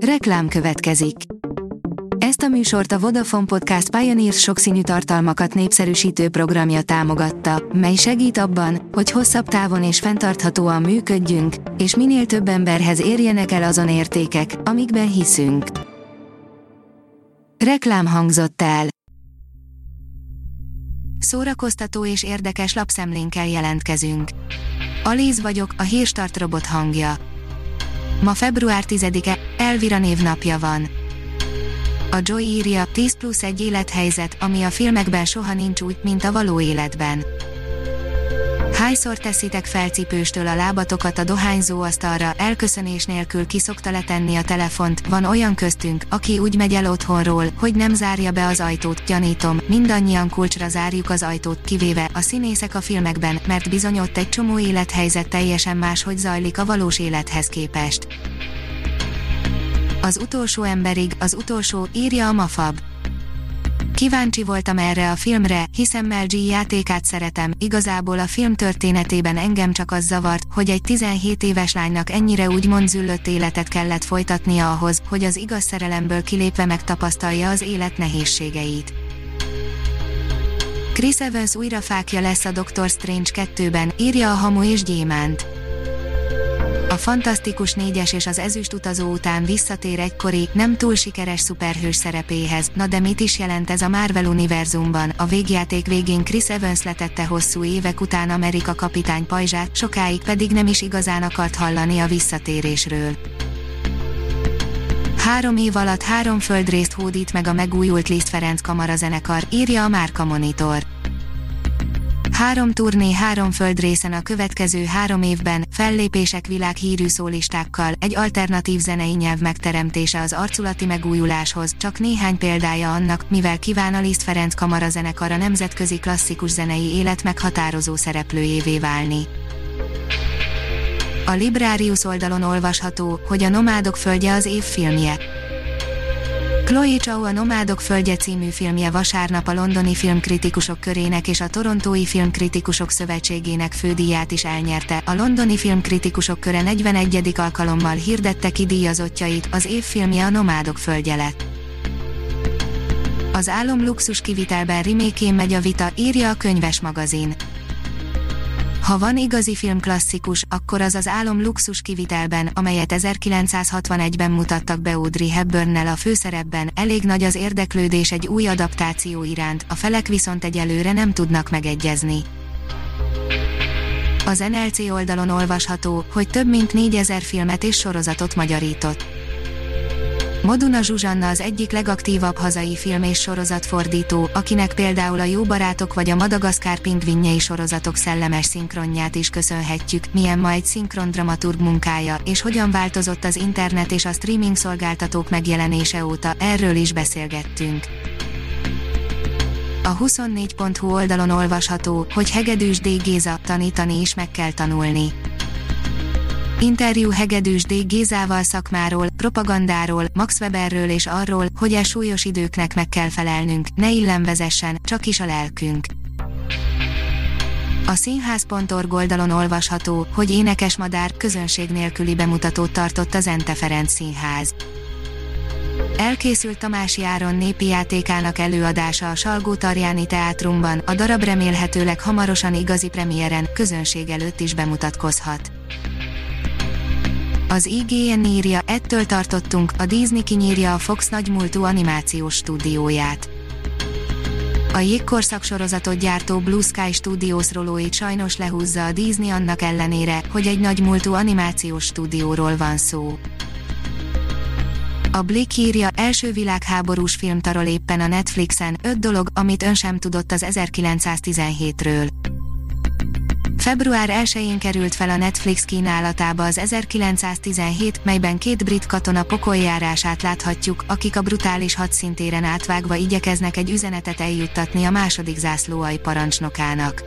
Reklám következik. Ezt a műsort a Vodafone Podcast Pioneers sokszínű tartalmakat népszerűsítő programja támogatta, mely segít abban, hogy hosszabb távon és fenntarthatóan működjünk, és minél több emberhez érjenek el azon értékek, amikben hiszünk. Reklám hangzott el. Szórakoztató és érdekes lapszemlénkkel jelentkezünk. Alíz vagyok, a Hírstart robot hangja. Ma február 10-e, Elvira névnapja van. A Joy írja, 10+1 élethelyzet, ami a filmekben soha nincs úgy, mint a való életben. Hányszor teszitek fel cipőstől a lábatokat a dohányzó asztalra, elköszönés nélkül ki szokta letenni a telefont, van olyan köztünk, aki úgy megy el otthonról, hogy nem zárja be az ajtót, gyanítom, mindannyian kulcsra zárjuk az ajtót, kivéve a színészek a filmekben, mert bizony ott egy csomó élethelyzet teljesen máshogy zajlik a valós élethez képest. Az utolsó emberig, az utolsó, írja a Mafab. Kíváncsi voltam erre a filmre, hiszen Mel G játékát szeretem, igazából a film történetében engem csak az zavart, hogy egy 17 éves lánynak ennyire úgymond züllött életet kellett folytatnia ahhoz, hogy az igaz szerelemből kilépve megtapasztalja az élet nehézségeit. Chris Evans újra fákja lesz a Doctor Strange 2-ben, írja a Hamu és Gyémánt. A Fantasztikus 4-es és az Ezüst utazó után visszatér egykori, nem túl sikeres szuperhős szerepéhez, na de mit is jelent ez a Marvel univerzumban? A végjáték végén Chris Evans letette hosszú évek után Amerika kapitány pajzsát, sokáig pedig nem is igazán akart hallani a visszatérésről. 3 év alatt 3 földrészt hódít meg a megújult Liszt Ferenc kamarazenekar, írja a Márka Monitor. 3 turné 3 földrészen a következő 3 évben, fellépések világhírű szólistákkal, egy alternatív zenei nyelv megteremtése az arculati megújuláshoz, csak néhány példája annak, mivel kíván a Liszt Ferenc kamarazenekar a nemzetközi klasszikus zenei élet meghatározó szereplőjévé válni. A Librarius oldalon olvasható, hogy a Nomádok földje az év filmje. Chloe Zhao a Nomádok földje című filmje vasárnap a londoni filmkritikusok körének és a torontói filmkritikusok szövetségének fődíját is elnyerte. A londoni filmkritikusok köre 41. alkalommal hirdette ki díjazottjait, az év filmje a Nomádok földje lett. Az Álom luxus kivitelben remake-én megy a vita, írja a Könyves magazin. Ha van igazi filmklasszikus, akkor az Álom luxus kivitelben, amelyet 1961-ben mutattak be Audrey Hepburnnel a főszerepben, elég nagy az érdeklődés egy új adaptáció iránt, a felek viszont egyelőre nem tudnak megegyezni. Az NLC oldalon olvasható, hogy több mint 4000 filmet és sorozatot magyarított. Moduna Zsuzsanna az egyik legaktívabb hazai film és sorozatfordító, akinek például a Jó barátok vagy a Madagaszkár pingvinjei sorozatok szellemes szinkronját is köszönhetjük, milyen ma egy szinkrondramaturg munkája, és hogyan változott az internet és a streaming szolgáltatók megjelenése óta, erről is beszélgettünk. A 24.hu oldalon olvasható, hogy Hegedűs D. Géza, tanítani is meg kell tanulni. Interjú Hegedűs D. Gézával szakmáról, propagandáról, Max Weberről és arról, hogy e súlyos időknek meg kell felelnünk, ne illem vezessen, csak is a lelkünk. A színház.org oldalon olvasható, hogy Énekesmadár közönség nélküli bemutatót tartott az Zente Ferenc Színház. Elkészült Tamási Áron népi játékának előadása a Salgó-Tarjáni Teátrumban, a darab remélhetőleg hamarosan igazi premiéren, közönség előtt is bemutatkozhat. Az IGN írja, ettől tartottunk, a Disney kinyírja a Fox nagymúltú animációs stúdióját. A Jégkorszak sorozatot gyártó Blue Sky Studios rolóit sajnos lehúzza a Disney annak ellenére, hogy egy nagymúltú animációs stúdióról van szó. A Blick írja, első világháborús film tarol éppen a Netflixen, 5 dolog, amit ön sem tudott az 1917-ről. Február 1-én került fel a Netflix kínálatába az 1917, melyben 2 brit katona pokoljárását láthatjuk, akik a brutális hadszintéren átvágva igyekeznek egy üzenetet eljuttatni a második zászlóalj parancsnokának.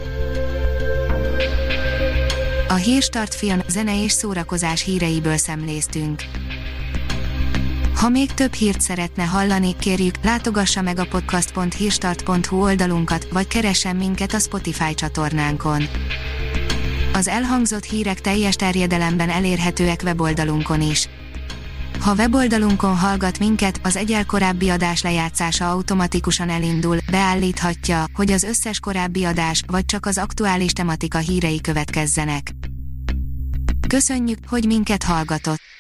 A Hírstart film, zene és szórakozás híreiből szemléztünk. Ha még több hírt szeretne hallani, kérjük, látogassa meg a podcast.hírstart.hu oldalunkat, vagy keressen minket a Spotify csatornánkon. Az elhangzott hírek teljes terjedelemben elérhetőek weboldalunkon is. Ha weboldalunkon hallgat minket, az egyel korábbi adás lejátszása automatikusan elindul, beállíthatja, hogy az összes korábbi adás, vagy csak az aktuális tematika hírei következzenek. Köszönjük, hogy minket hallgatott!